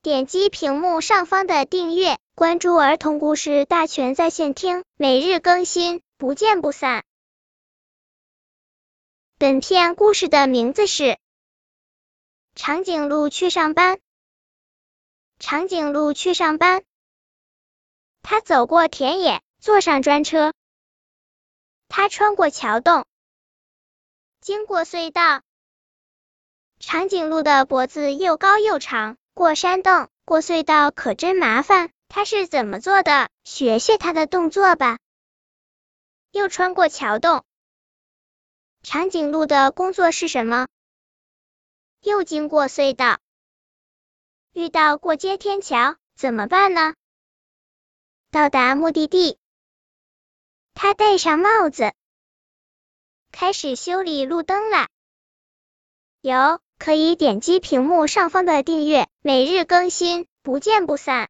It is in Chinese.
点击屏幕上方的订阅，关注儿童故事大全在线听，每日更新，不见不散。本片故事的名字是长颈鹿去上班。长颈鹿去上班，他走过田野，坐上专车。他穿过桥洞，经过隧道。长颈鹿的脖子又高又长，过山洞，过隧道可真麻烦，他是怎么做的？学学他的动作吧。又穿过桥洞。长颈鹿的工作是什么？又经过隧道。遇到过街天桥，怎么办呢？到达目的地。他戴上帽子，开始修理路灯啦。可以点击屏幕上方的订阅，每日更新，不见不散。